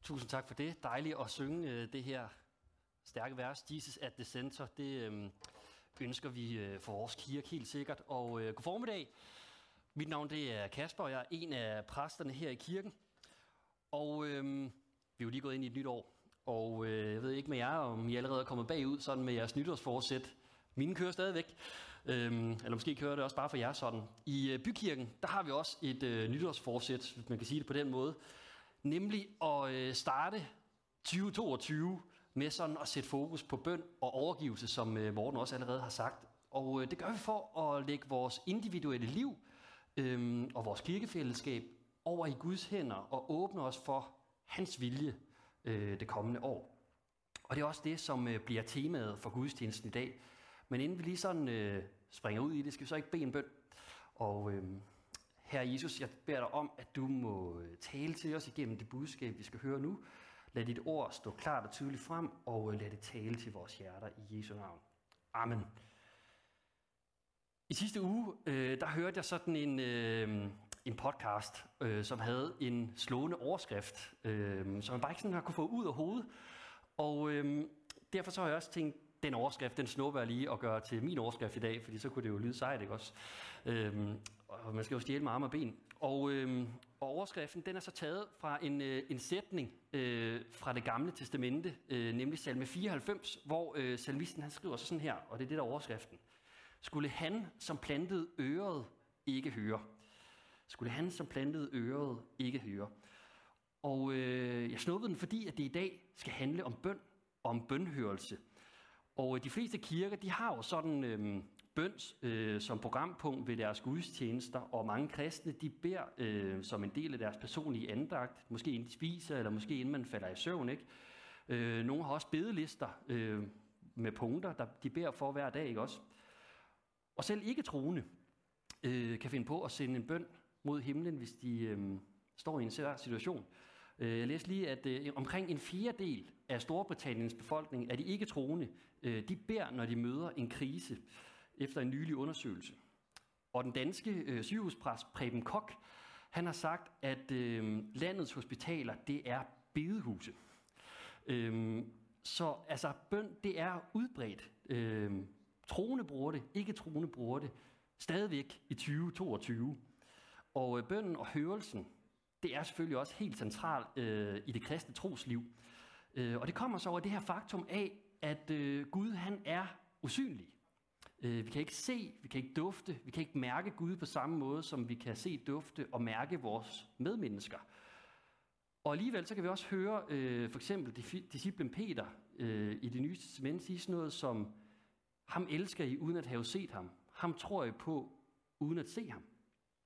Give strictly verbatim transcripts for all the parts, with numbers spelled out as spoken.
Tusind tak for det. Dejligt at synge øh, det her stærke vers, Jesus at the Center. Det øh, ønsker vi øh, for vores kirke helt sikkert. Og øh, god formiddag. Mit navn det er Kasper, og jeg er en af præsterne her i kirken. Og øh, vi er jo lige gået ind i et nyt år. Og øh, jeg ved ikke med jer, om I allerede er kommet bagud sådan med jeres nytårsforsæt. Mine kører stadigvæk. Øhm, eller måske kører det også bare for jer sådan. I øh, bykirken, der har vi også et øh, nytårsforsæt, hvis man kan sige det på den måde. Nemlig at øh, starte tyve toogtyve med sådan at sætte fokus på bøn og overgivelse, som øh, Morten også allerede har sagt. Og øh, det gør vi for at lægge vores individuelle liv øh, og vores kirkefællesskab over i Guds hænder og åbne os for hans vilje øh, det kommende år. Og det er også det, som øh, bliver temaet for gudstjenesten i dag. Men inden vi lige sådan øh, springer ud i det, skal vi så ikke bede en bøn. Og øh, Herre Jesus, jeg beder dig om, at du må tale til os igennem det budskab, vi skal høre nu. Lad dit ord stå klart og tydeligt frem, og lad det tale til vores hjerter i Jesu navn. Amen. I sidste uge, øh, der hørte jeg sådan en, øh, en podcast, øh, som havde en slående overskrift, øh, som man bare ikke sådan har kunne få ud af hovedet. Og øh, derfor så har jeg også tænkt, den overskrift, den snupper jeg lige og gør til min overskrift i dag, fordi så kunne det jo lyde sejt, ikke også? Øhm, og man skal jo stjæle med arme og ben. Og, øhm, og overskriften, den er så taget fra en, øh, en sætning øh, fra det gamle testamente, øh, nemlig salme fireoghalvfems, hvor øh, salmisten han skriver så sådan her, og det er det der overskriften. Skulle han, som plantede øret, ikke høre? Skulle han, som plantede øret, ikke høre? Og øh, jeg snuppede den, fordi at det i dag skal handle om bøn og om bønhørelse. Og de fleste kirker, de har jo sådan øh, bøn øh, som programpunkt ved deres gudstjenester, og mange kristne, de beder øh, som en del af deres personlige andagt, måske inden de spiser, eller måske inden man falder i søvn, ikke? Øh, nogle har også bedelister øh, med punkter, der de beder for hver dag, ikke også? Og selv ikke troende øh, kan finde på at sende en bøn mod himlen, hvis de øh, står i en svær situation. Jeg læste lige, at øh, omkring en fjerdedel af Storbritanniens befolkning er de ikke troende. Øh, de beder, når de møder en krise, efter en nylig undersøgelse. Og den danske øh, sygehuspræst Preben Koch, han har sagt, at øh, landets hospitaler, det er bedehuse. Øh, så altså, bøn, det er udbredt. Øh, troende bruger det, ikke troende bruger det, stadigvæk i tyve toogtyve. Og øh, bønnen og hørelsen, det er selvfølgelig også helt centralt øh, i det kristne trosliv. Øh, og det kommer så over det her faktum af, at øh, Gud han er usynlig. Øh, vi kan ikke se, vi kan ikke dufte, vi kan ikke mærke Gud på samme måde, som vi kan se, dufte og mærke vores medmennesker. Og alligevel så kan vi også høre øh, for eksempel disciplen Peter øh, i det nye testament sige sådan noget som, ham elsker I uden at have set ham. Ham tror I på uden at se ham.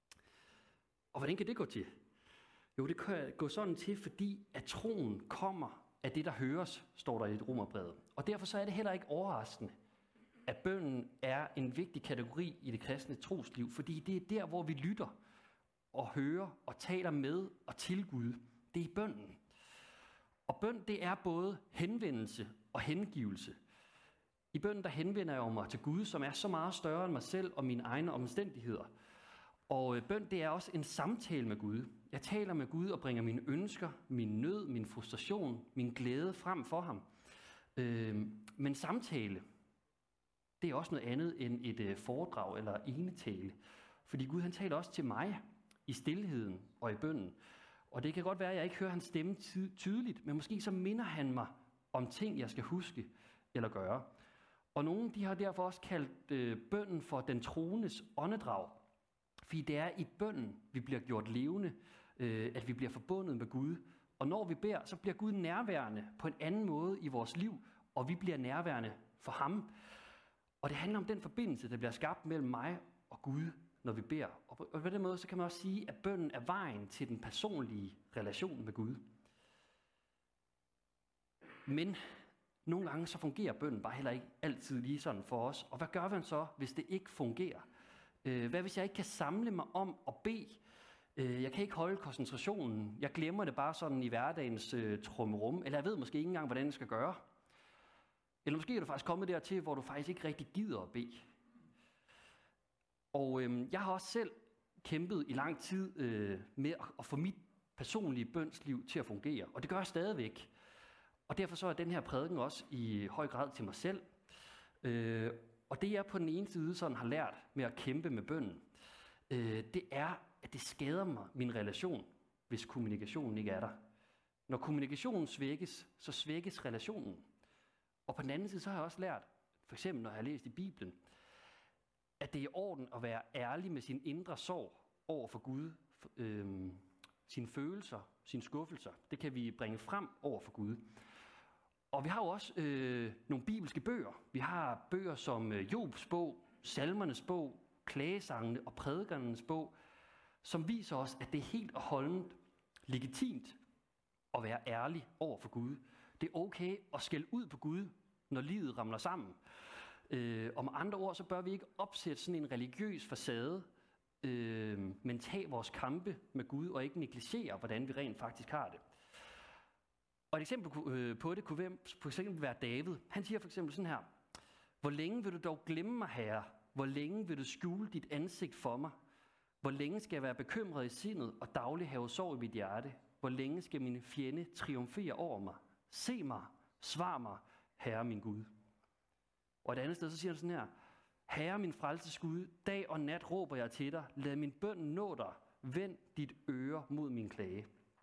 Og hvordan kan det gå til? Jo, det kan gå sådan til, fordi at troen kommer af det, der høres, står der i et romerbrevet. Og derfor så er det heller ikke overraskende, at bønnen er en vigtig kategori i det kristne trosliv, fordi det er der, hvor vi lytter og hører og taler med og til Gud. Det er i bønnen. Og bøn, det er både henvendelse og hengivelse. I bønnen, der henvender jeg mig til Gud, som er så meget større end mig selv og mine egne omstændigheder. Og bøn, det er også en samtale med Gud. Jeg taler med Gud og bringer mine ønsker, min nød, min frustration, min glæde frem for ham. Øh, men samtale, det er også noget andet end et foredrag eller enetale. Fordi Gud, han taler også til mig i stilheden og i bønnen. Og det kan godt være, at jeg ikke hører hans stemme ty- tydeligt, men måske så minder han mig om ting, jeg skal huske eller gøre. Og nogle, de har derfor også kaldt øh, bønnen for den troendes åndedrag. Fordi det er i bønnen, vi bliver gjort levende, øh, at vi bliver forbundet med Gud. Og når vi beder, så bliver Gud nærværende på en anden måde i vores liv, og vi bliver nærværende for ham. Og det handler om den forbindelse, der bliver skabt mellem mig og Gud, når vi beder. Og på, og på den måde, så kan man også sige, at bønnen er vejen til den personlige relation med Gud. Men nogle gange så fungerer bønnen bare heller ikke altid lige sådan for os. Og hvad gør man så, hvis det ikke fungerer? Hvad hvis jeg ikke kan samle mig om at bede? Jeg kan ikke holde koncentrationen. Jeg glemmer det bare sådan i hverdagens øh, trummerum. Eller jeg ved måske ikke engang, hvordan jeg skal gøre. Eller måske er du faktisk kommet dertil, hvor du faktisk ikke rigtig gider at bede. Og øh, jeg har også selv kæmpet i lang tid øh, med at, at få mit personlige bønsliv til at fungere. Og det gør jeg stadigvæk. Og derfor så er den her prædiken også i høj grad til mig selv. Øh, og det jeg på den ene side sådan har lært med at kæmpe med bønnen, øh, det er, at det skader mig min relation, hvis kommunikationen ikke er der. Når kommunikationen svækkes, så svækkes relationen. Og på den anden side så har jeg også lært, for eksempel når jeg har læst i Bibelen, at det er i orden at være ærlig med sin indre sorg over for Gud, øh, sine følelser, sine skuffelser. Det kan vi bringe frem over for Gud. Og vi har jo også øh, nogle bibelske bøger. Vi har bøger som øh, Jobs bog, Salmernes bog, Klagesangene og Prædikernes bog, som viser os, at det er helt og holdent legitimt at være ærlig over for Gud. Det er okay at skælde ud på Gud, når livet ramler sammen. Øh, og med andre ord, så bør vi ikke opsætte sådan en religiøs facade, øh, men tage vores kampe med Gud og ikke negligere, hvordan vi rent faktisk har det. Og et eksempel øh, på det kunne for eksempel være David. Han siger for eksempel sådan her: Hvor længe vil du dog glemme mig, Herre? Hvor længe vil du skjule dit ansigt for mig? Hvor længe skal jeg være bekymret i sindet og dagligt have sorg i mit hjerte? Hvor længe skal mine fjende triumfere over mig? Se mig, svar mig, Herre min Gud. Og et andet sted, så siger han sådan her: Herre min frelses Gud, dag og nat råber jeg til dig. Lad min bøn nå dig. Vend dit øre mod min klage.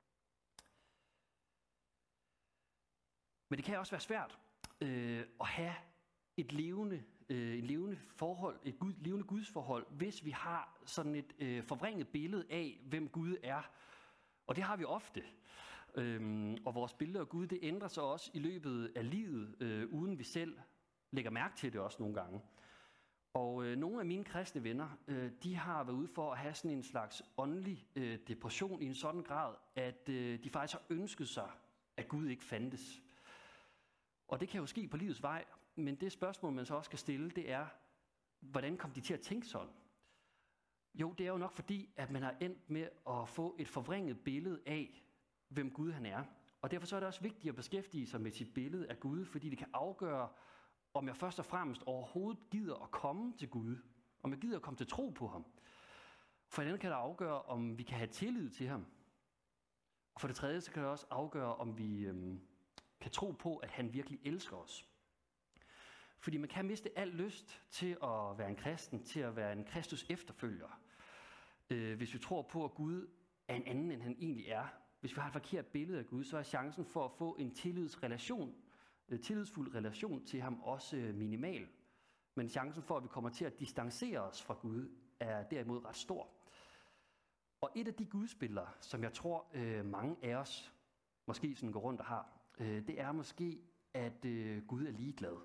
Men det kan også være svært øh, at have et levende, øh, en levende forhold, et Gud, levende gudsforhold, hvis vi har sådan et øh, forvrænget billede af, hvem Gud er. Og det har vi ofte. Øhm, og vores billede af Gud, det ændrer sig også i løbet af livet, øh, uden vi selv lægger mærke til det også nogle gange. Og øh, nogle af mine kristne venner, øh, de har været ude for at have sådan en slags åndelig øh, depression i en sådan grad, at øh, de faktisk har ønsket sig, at Gud ikke fandtes. Og det kan jo ske på livets vej, men det spørgsmål, man så også skal stille, det er, hvordan kom de til at tænke sådan? Jo, det er jo nok fordi, at man har endt med at få et forvrænget billede af, hvem Gud han er. Og derfor så er det også vigtigt at beskæftige sig med sit billede af Gud, fordi det kan afgøre, om jeg først og fremmest overhovedet gider at komme til Gud, om jeg gider at komme til tro på ham. For det andet kan det afgøre, om vi kan have tillid til ham. Og for det tredje, så kan det også afgøre, om vi øhm, kan tro på, at han virkelig elsker os. Fordi man kan miste al lyst til at være en kristen, til at være en Kristus efterfølger, øh, hvis vi tror på, at Gud er en anden, end han egentlig er. Hvis vi har et forkert billede af Gud, så er chancen for at få en tillidsrelation, en tillidsfuld relation til ham også minimal. Men chancen for, at vi kommer til at distancere os fra Gud, er derimod ret stor. Og et af de gudsbilleder, som jeg tror øh, mange af os måske sådan går rundt og har, øh, det er måske, at øh, Gud er ligeglad.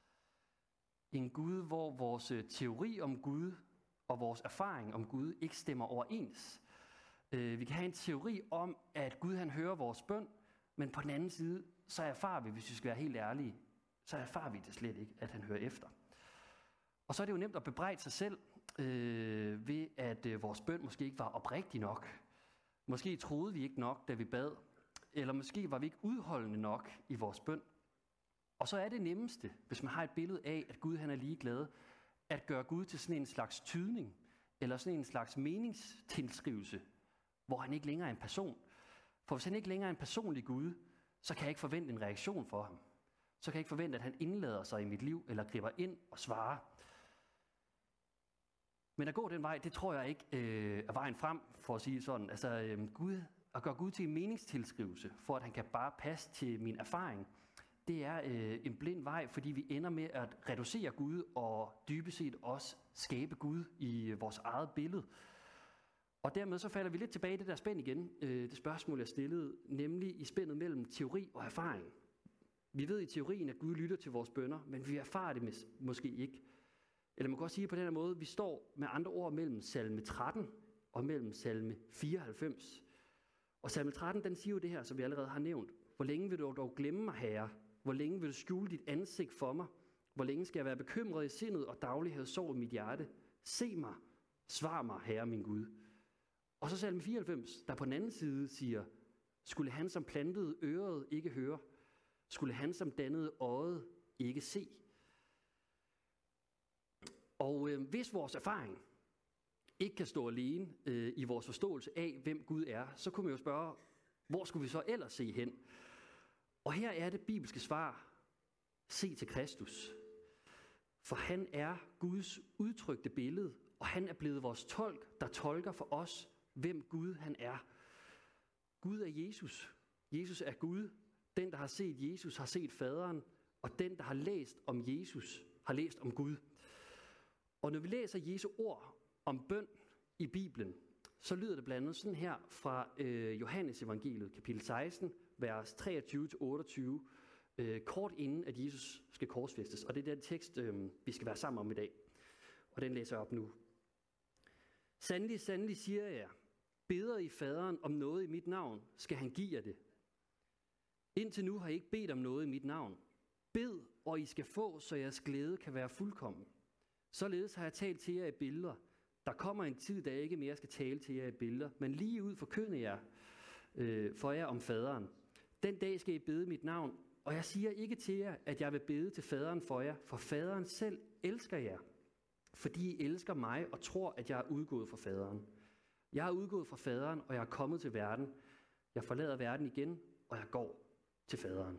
En Gud, hvor vores øh, teori om Gud og vores erfaring om Gud ikke stemmer overens. Øh, vi kan have en teori om, at Gud han hører vores bøn, men på den anden side, så erfarer vi, hvis vi skal være helt ærlige, så erfarer vi det slet ikke, at han hører efter. Og så er det jo nemt at bebrejde sig selv, øh, ved at øh, vores bøn måske ikke var oprigtig nok. Måske troede vi ikke nok, da vi bad, eller måske var vi ikke udholdende nok i vores bøn. Og så er det nemmeste, hvis man har et billede af, at Gud han er ligeglad, at gøre Gud til sådan en slags tydning, eller sådan en slags meningstilskrivelse, hvor han ikke længere er en person. For hvis han ikke længere er en personlig Gud, så kan jeg ikke forvente en reaktion for ham. Så kan jeg ikke forvente, at han indlader sig i mit liv, eller griber ind og svarer. Men at gå den vej, det tror jeg ikke øh, er vejen frem, for at sige sådan. Altså øh, Gud, at gøre Gud til en meningstilskrivelse, for at han kan bare passe til min erfaring, det er øh, en blind vej, fordi vi ender med at reducere Gud, og dybest set også skabe Gud i vores eget billede. Og dermed så falder vi lidt tilbage i det der spænd igen, øh, det spørgsmål jeg stillede, nemlig i spændet mellem teori og erfaring. Vi ved i teorien, at Gud lytter til vores bønner, men vi erfarer det mås- måske ikke. Eller man kan også sige på den her måde, vi står med andre ord mellem salme tretten og mellem salme fireoghalvfems. Og salme tretten, den siger jo det her, som vi allerede har nævnt. Hvor længe vil du dog glemme mig, Herre? Hvor længe vil du skjule dit ansigt for mig? Hvor længe skal jeg være bekymret i sindet og dagligt have sorg i mit hjerte? Se mig, svar mig, Herre min Gud. Og så salme fireoghalvfems, der på den anden side siger, skulle han som plantede øret ikke høre? Skulle han som dannede øjet ikke se? Og øh, hvis vores erfaring ikke kan stå alene øh, i vores forståelse af, hvem Gud er, så kunne man jo spørge, hvor skulle vi så ellers se hen? Og her er det bibelske svar: se til Kristus. For han er Guds udtrykte billede, og han er blevet vores tolk, der tolker for os, hvem Gud han er. Gud er Jesus. Jesus er Gud. Den, der har set Jesus, har set faderen, og den, der har læst om Jesus, har læst om Gud. Og når vi læser Jesu ord om bøn i Bibelen, så lyder det blandt andet sådan her fra øh, Johannes evangeliet, kapitel seksten, vers treogtyve til otteogtyve, øh, kort inden at Jesus skal korsfæstes. Og det er den tekst, øh, vi skal være sammen om i dag. Og den læser jeg op nu. Sandelig, sandelig siger jeg, beder I faderen om noget i mit navn, skal han give jer det. Indtil nu har I ikke bedt om noget i mit navn. Bed, og I skal få, så jeres glæde kan være fuldkommen. Således har jeg talt til jer i billeder. Der kommer en tid, da jeg ikke mere skal tale til jer i billeder, men lige ud forkynde jer øh, for jer om faderen. Den dag skal I bede mit navn, og jeg siger ikke til jer, at jeg vil bede til faderen for jer, for faderen selv elsker jer, fordi I elsker mig og tror, at jeg er udgået fra faderen. Jeg er udgået fra faderen, og jeg er kommet til verden. Jeg forlader verden igen, og jeg går til faderen.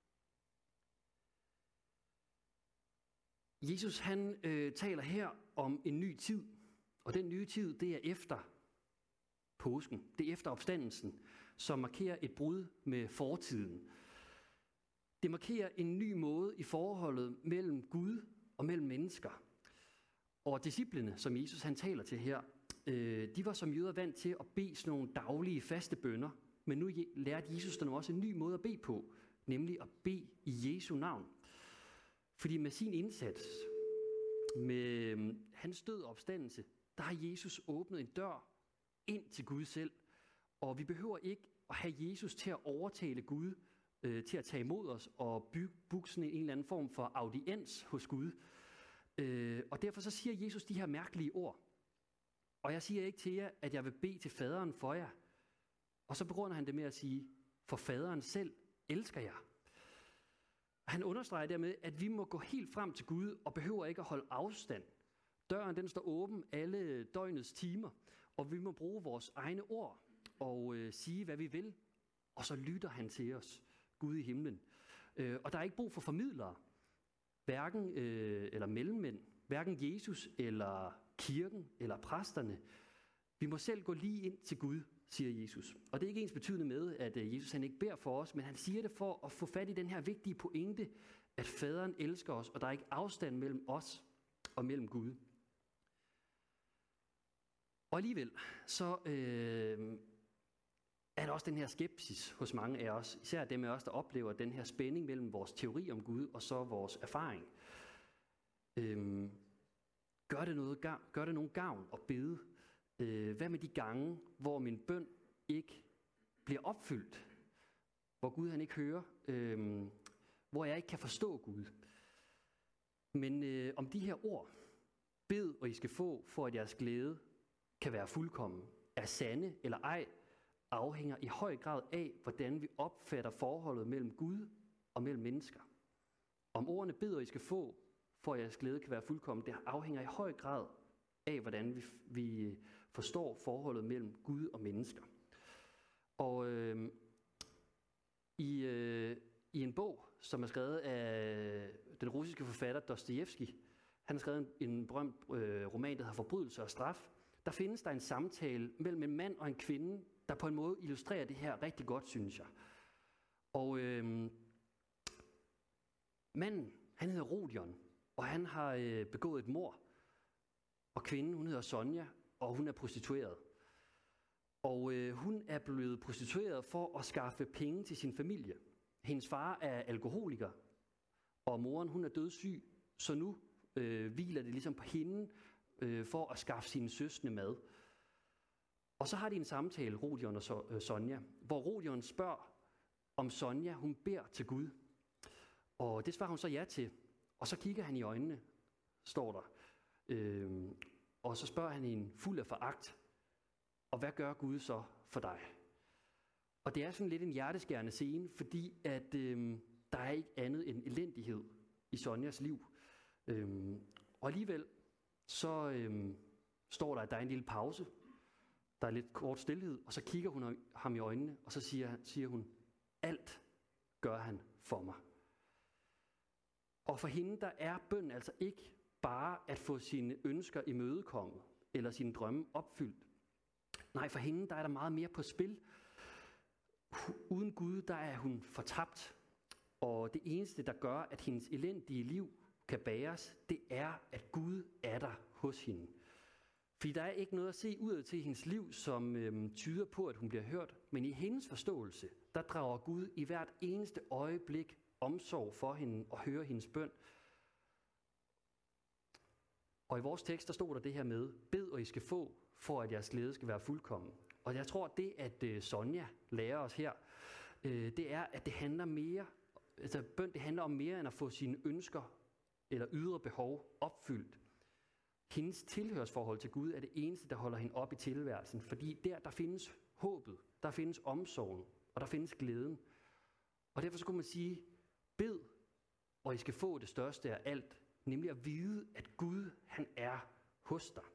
Jesus han øh, taler her om en ny tid, og den nye tid, det er efter påsken. Det er efter opstandelsen, som markerer et brud med fortiden. Det markerer en ny måde i forholdet mellem Gud og mellem mennesker. Og disciplene, som Jesus han taler til her, øh, de var som jøder vant til at bede sådan nogle daglige faste bønner, men nu lærte Jesus dem også en ny måde at bede på, nemlig at bede i Jesu navn. Fordi med sin indsats, med hans død og opstandelse, der har Jesus åbnet en dør ind til Gud selv. Og vi behøver ikke at have Jesus til at overtale Gud, øh, til at tage imod os og bygge, bygge sådan en, en eller anden form for audiens hos Gud. Øh, og derfor så siger Jesus de her mærkelige ord. Og jeg siger ikke til jer, at jeg vil bede til faderen for jer. Og så begrunder han det med at sige, for faderen selv elsker jer. Han understreger dermed, at vi må gå helt frem til Gud og behøver ikke at holde afstand. Døren den står åben alle døgnets timer, og vi må bruge vores egne ord og øh, sige, hvad vi vil. Og så lytter han til os, Gud i himlen. Øh, og der er ikke brug for formidlere, hverken øh, eller mellemmænd, hverken Jesus eller kirken eller præsterne. Vi må selv gå lige ind til Gud, siger Jesus. Og det er ikke ens betydende med, at Jesus han ikke beder for os, men han siger det for at få fat i den her vigtige pointe, at faderen elsker os, og der er ikke afstand mellem os og mellem Gud. Og alligevel, så øh, er der også den her skepsis hos mange af os, især dem af os, der oplever den her spænding mellem vores teori om Gud og så vores erfaring. Øh, gør, det noget, gør det nogen gavn at bede? Øh, hvad med de gange, hvor min bøn ikke bliver opfyldt? Hvor Gud han ikke hører? Øh, hvor jeg ikke kan forstå Gud? Men øh, om de her ord, bed og I skal få, for at jeres glæde kan være fuldkommen, er sande eller ej, afhænger i høj grad af, hvordan vi opfatter forholdet mellem Gud og mellem mennesker. Om ordene bed og I skal få, for at jeres glæde kan være fuldkommen, det afhænger i høj grad af, hvordan vi, vi forstår forholdet mellem Gud og mennesker. Og øh, i, øh, i en bog, som er skrevet af den russiske forfatter Dostojevskij, han har skrevet en, en berømt øh, roman, der hedder Forbrydelse og straf, der findes der en samtale mellem en mand og en kvinde, der på en måde illustrerer det her rigtig godt, synes jeg. Og øh, manden, han hedder Rodion, og han har øh, begået et mord. Og kvinden, hun hedder Sonja, og hun er prostitueret. Og øh, hun er blevet prostitueret for at skaffe penge til sin familie. Hendes far er alkoholiker, og moren, hun er dødssyg, så nu øh, hviler det ligesom på hende øh, for at skaffe sine søskende mad. Og så har de en samtale, Rodion og so- øh, Sonja, hvor Rodion spørger, om Sonja, hun beder til Gud. Og det svarer hun så ja til. Og så kigger han i øjnene, står der. Øhm, og så spørger han hende fuld af foragt, og hvad gør Gud så for dig? Og det er sådan lidt en hjerteskærende scene, fordi at øhm, der er ikke andet end elendighed i Sonjas liv. Øhm, og alligevel så, øhm, står der, at der er en lille pause. Der er lidt kort stilhed, og så kigger hun ham i øjnene, og så siger, siger hun, alt gør han for mig. Og for hende, der er bøn altså ikke bare at få sine ønsker imødekommet, eller sine drømme opfyldt. Nej, for hende, der er der meget mere på spil. Uden Gud, der er hun fortabt. Og det eneste, der gør, at hendes elendige liv kan bæres, det er, at Gud er der hos hende. Fordi der er ikke noget at se udad til hendes liv, som øhm, tyder på, at hun bliver hørt. Men i hendes forståelse, der drager Gud i hvert eneste øjeblik omsorg for hende og hører hendes bøn. Og i vores tekst, der stod der det her med, bed og I skal få, for at jeres glæde skal være fuldkommen. Og jeg tror, det at øh, Sonja lærer os her, øh, det er, at det handler mere, altså bøn, det handler om mere end at få sine ønsker eller ydre behov opfyldt. Hendes tilhørsforhold til Gud er det eneste, der holder hende op i tilværelsen, fordi der, der findes håbet, der findes omsorgen, og der findes glæden. Og derfor så kunne man sige, bed, og I skal få det største af alt, nemlig at vide, at Gud, han er hos dig.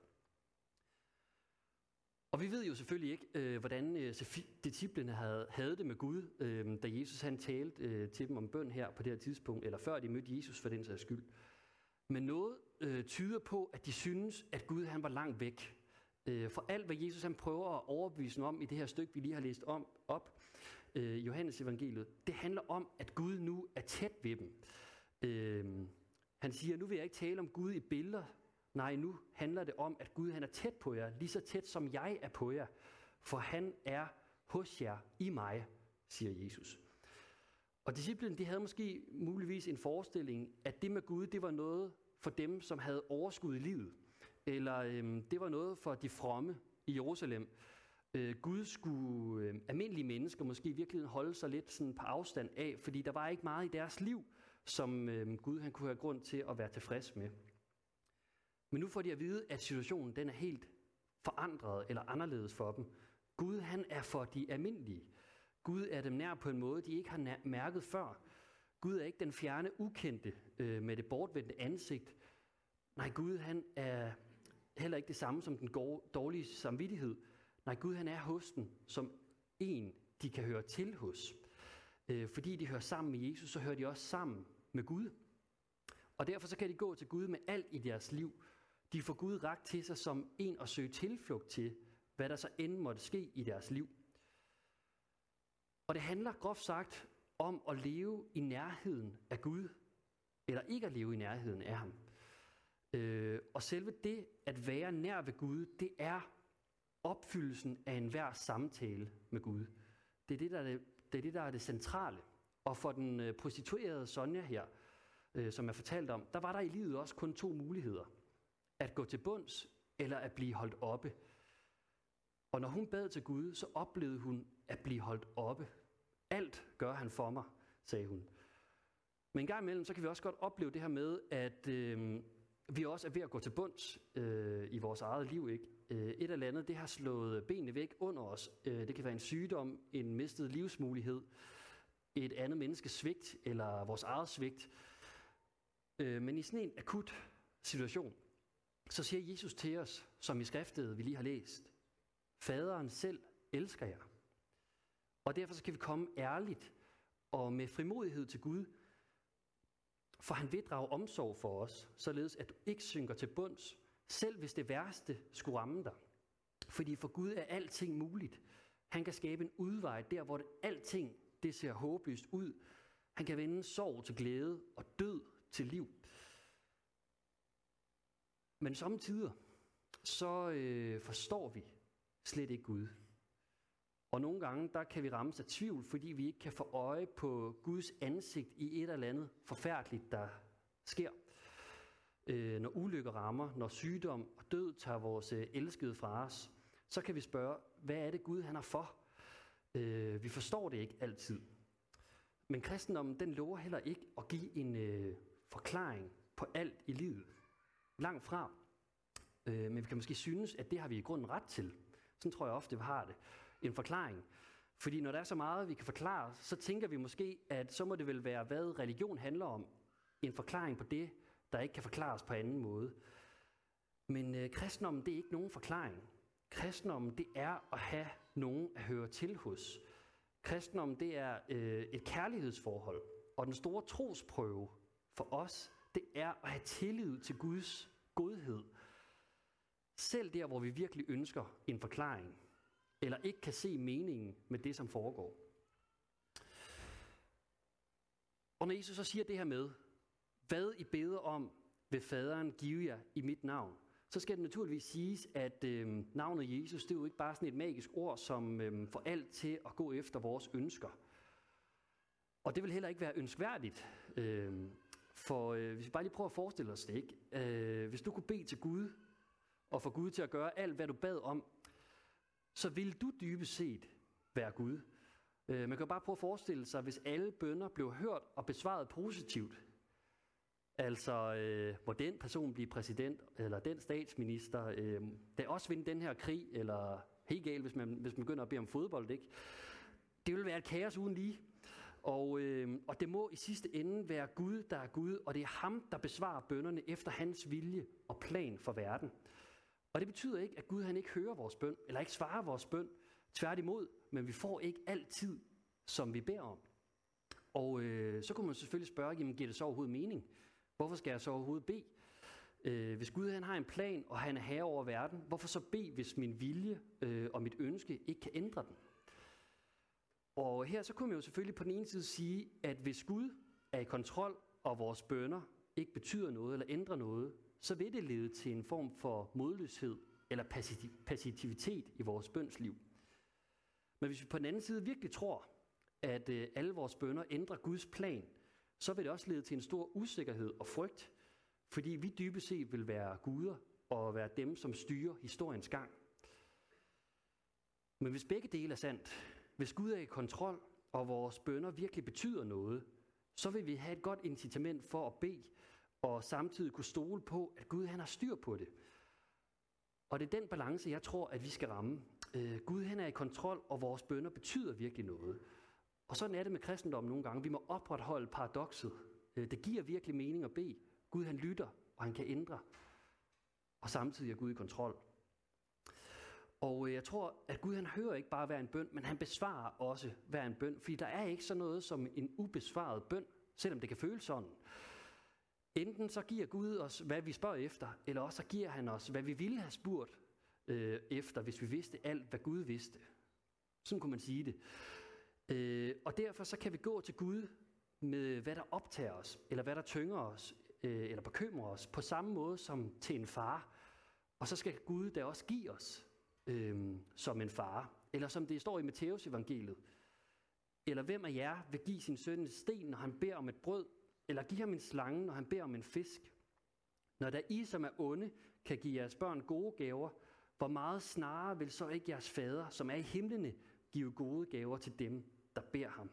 Og vi ved jo selvfølgelig ikke, øh, hvordan øh, disciplene havde, havde det med Gud, øh, da Jesus han talte øh, til dem om bøn her på det her tidspunkt, eller før de mødte Jesus for den sags skyld. Men noget øh, tyder på, at de synes, at Gud han var langt væk. Øh, for alt, hvad Jesus han prøver at overbevise dem om i det her stykke, vi lige har læst om, op, øh, Johannes evangeliet, det handler om, at Gud nu er tæt ved dem. Øh, han siger, nu vil jeg ikke tale om Gud i billeder. Nej, nu handler det om, at Gud han er tæt på jer, lige så tæt som jeg er på jer. For han er hos jer i mig, siger Jesus. Og disciplene, de havde måske muligvis en forestilling, at det med Gud, det var noget for dem, som havde overskud i livet. Eller øhm, det var noget for de fromme i Jerusalem. Øh, Gud skulle øh, almindelige mennesker måske i virkeligheden holde sig lidt sådan på afstand af, fordi der var ikke meget i deres liv, som øh, Gud han kunne have grund til at være tilfreds med. Men nu får de at vide, at situationen den er helt forandret eller anderledes for dem. Gud han er for de almindelige. Gud er dem nær på en måde, de ikke har mærket før. Gud er ikke den fjerne ukendte øh, med det bortvendte ansigt. Nej, Gud han er heller ikke det samme som den dårlige samvittighed. Nej, Gud han er hos dem som en, de kan høre til hos. Øh, fordi de hører sammen med Jesus, så hører de også sammen med Gud. Og derfor så kan de gå til Gud med alt i deres liv. De får Gud rakt til sig som en at søge tilflugt til, hvad der så end måtte ske i deres liv. Og det handler groft sagt om at leve i nærheden af Gud, eller ikke at leve i nærheden af ham. Øh, og selve det at være nær ved Gud, det er opfyldelsen af enhver samtale med Gud. Det er det, der er det, det, er det, der er det centrale. Og for den øh, prostituerede Sonja her, øh, som jeg fortalte om, der var der i livet også kun to muligheder. At gå til bunds, eller at blive holdt oppe. Og når hun bad til Gud, så oplevede hun at blive holdt oppe. Alt gør han for mig, sagde hun. Men en gang imellem, så kan vi også godt opleve det her med, at øh, vi også er ved at gå til bunds øh, i vores eget liv. Ikke? Øh, et eller andet, det har slået benene væk under os. Øh, det kan være en sygdom, en mistet livsmulighed, et andet menneskes svigt, eller vores eget svigt. Øh, men i sådan en akut situation, så siger Jesus til os, som i skriftet, vi lige har læst, Faderen selv elsker jer. Og derfor så kan vi komme ærligt og med frimodighed til Gud, for han vil drage omsorg for os, således at du ikke synker til bunds, selv hvis det værste skulle ramme dig. Fordi for Gud er alting muligt. Han kan skabe en udvej der, hvor det, alting det ser håbløst ud. Han kan vende sorg til glæde og død til liv. Men samtidig så øh, forstår vi slet ikke Gud. Og nogle gange, der kan vi rammes af tvivl, fordi vi ikke kan få øje på Guds ansigt i et eller andet forfærdeligt, der sker. Øh, når ulykker rammer, når sygdom og død tager vores øh, elskede fra os, så kan vi spørge, hvad er det Gud han er for? Øh, vi forstår det ikke altid. Men kristendommen, den lover heller ikke at give en øh, forklaring på alt i livet. Langt fra. Øh, men vi kan måske synes, at det har vi i grunden ret til. Sådan tror jeg ofte, vi har det. En forklaring. Fordi når der er så meget, vi kan forklare, så tænker vi måske, at så må det vel være, hvad religion handler om. En forklaring på det, der ikke kan forklares på anden måde. Men øh, kristendommen, det er ikke nogen forklaring. Kristendommen, det er at have nogen at høre til hos. Kristendommen, det er øh, et kærlighedsforhold. Og den store trosprøve for os, det er at have tillid til Guds godhed. Selv der, hvor vi virkelig ønsker en forklaring, eller ikke kan se meningen med det, som foregår. Og når Jesus så siger det her med, hvad I beder om, vil faderen give jer i mit navn, så skal det naturligvis siges, at øh, navnet Jesus, det er jo ikke bare sådan et magisk ord, som øh, får alt til at gå efter vores ønsker. Og det vil heller ikke være ønskværdigt. Øh, for øh, hvis vi bare lige prøver at forestille os det, ikke? Øh, hvis du kunne bede til Gud, og få Gud til at gøre alt, hvad du bad om, så ville du dybest set være Gud. Øh, man kan jo bare prøve at forestille sig, hvis alle bønner blev hørt og besvaret positivt. Altså, øh, må den person blive præsident, eller den statsminister, øh, der også vinde den her krig, eller helt galt, hvis man, hvis man begynder at bede om fodbold, ikke? Det vil være et kaos uden lige. Og, øh, og det må i sidste ende være Gud, der er Gud, og det er ham, der besvarer bønnerne efter hans vilje og plan for verden. Og det betyder ikke, at Gud han ikke hører vores bøn, eller ikke svarer vores bøn. Tværtimod, men vi får ikke altid, som vi beder om. Og øh, så kunne man selvfølgelig spørge, jamen giver det så overhovedet mening? Hvorfor skal jeg så overhovedet bede? Øh, hvis Gud han har en plan, og han er herre over verden, hvorfor så bede, hvis min vilje øh, og mit ønske ikke kan ændre den? Og her så kunne man jo selvfølgelig på den ene side sige, at hvis Gud er i kontrol, og vores bønner ikke betyder noget eller ændrer noget, så vil det lede til en form for modløshed eller passivitet i vores bønsliv. Men hvis vi på den anden side virkelig tror, at øh, alle vores bønner ændrer Guds plan, så vil det også lede til en stor usikkerhed og frygt, fordi vi dybest set vil være guder og være dem, som styrer historiens gang. Men hvis begge dele er sandt, hvis Gud er i kontrol, og vores bønner virkelig betyder noget, så vil vi have et godt incitament for at bede, og samtidig kunne stole på, at Gud han har styr på det. Og det er den balance, jeg tror, at vi skal ramme. Øh, Gud han er i kontrol, og vores bønner betyder virkelig noget. Og sådan er det med kristendommen nogle gange. Vi må opretholde paradokset. Øh, det giver virkelig mening at bede. Gud han lytter, og han kan ændre. Og samtidig er Gud i kontrol. Og øh, jeg tror, at Gud han hører ikke bare hver en bøn, men han besvarer også hver en bøn. Fordi der er ikke sådan noget som en ubesvaret bøn, selvom det kan føles sådan. Enten så giver Gud os, hvad vi spørger efter, eller også så giver han os, hvad vi ville have spurgt øh, efter, hvis vi vidste alt, hvad Gud vidste. Sådan kunne man sige det. Øh, og derfor så kan vi gå til Gud med, hvad der optager os, eller hvad der tynger os, øh, eller bekymrer os, på samme måde som til en far. Og så skal Gud da også give os øh, som en far, eller som det står i Matteus evangeliet. Eller hvem af jer vil give sin søn en sten, når han beder om et brød, eller give ham en slange, når han beder om en fisk? Når der I, som er onde, kan give jeres børn gode gaver, hvor meget snarere vil så ikke jeres fader, som er i himlene, give gode gaver til dem, der beder ham?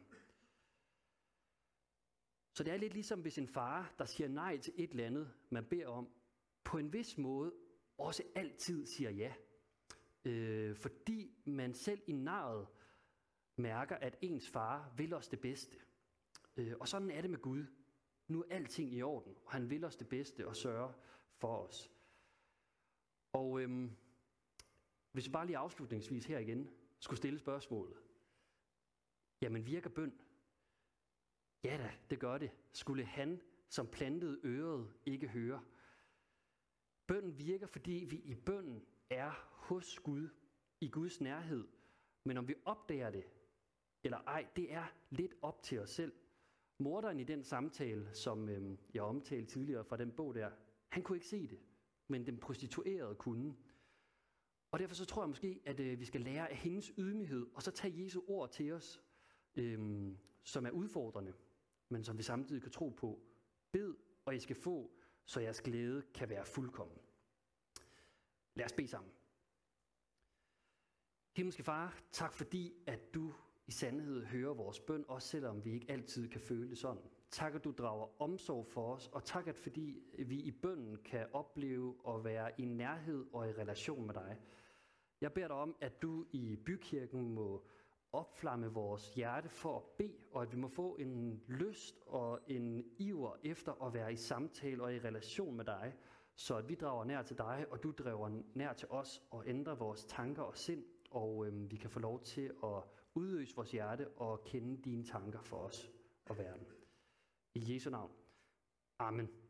Så det er lidt ligesom hvis en far, der siger nej til et eller andet, man beder om, på en vis måde også altid siger ja. Øh, fordi man selv i narret mærker, at ens far vil os det bedste. Øh, og sådan er det med Gud. Nu er alting i orden, og han vil os det bedste og sørge for os. Og øhm, hvis vi bare lige afslutningsvis her igen skulle stille spørgsmålet. Jamen virker bøn? Ja da, det gør det. Skulle han, som plantede øret, ikke høre? Bønnen virker, fordi vi i bønnen er hos Gud, i Guds nærhed. Men om vi opdager det, eller ej, det er lidt op til os selv. Morderen i den samtale, som øhm, jeg omtalte tidligere fra den bog der, han kunne ikke se det, men den prostituerede kunne. Og derfor så tror jeg måske, at øh, vi skal lære af hendes ydmyghed, og så tage Jesu ord til os, øhm, som er udfordrende, men som vi samtidig kan tro på. Bed, og I skal få, så jeres glæde kan være fuldkommen. Lad os bede sammen. Himmelske Far, tak fordi, at du i sandhed hører vores bøn, også selvom vi ikke altid kan føle det sådan. Tak, at du drager omsorg for os, og tak, at fordi vi i bønnen kan opleve at være i nærhed og i relation med dig. Jeg beder dig om, at du i bykirken må opflamme vores hjerte for at bede, og at vi må få en lyst og en iver efter at være i samtale og i relation med dig, så at vi drager nær til dig, og du drager nær til os og ændrer vores tanker og sind, og øhm, vi kan få lov til at udøse vores hjerte og kende dine tanker for os og verden. I Jesu navn. Amen.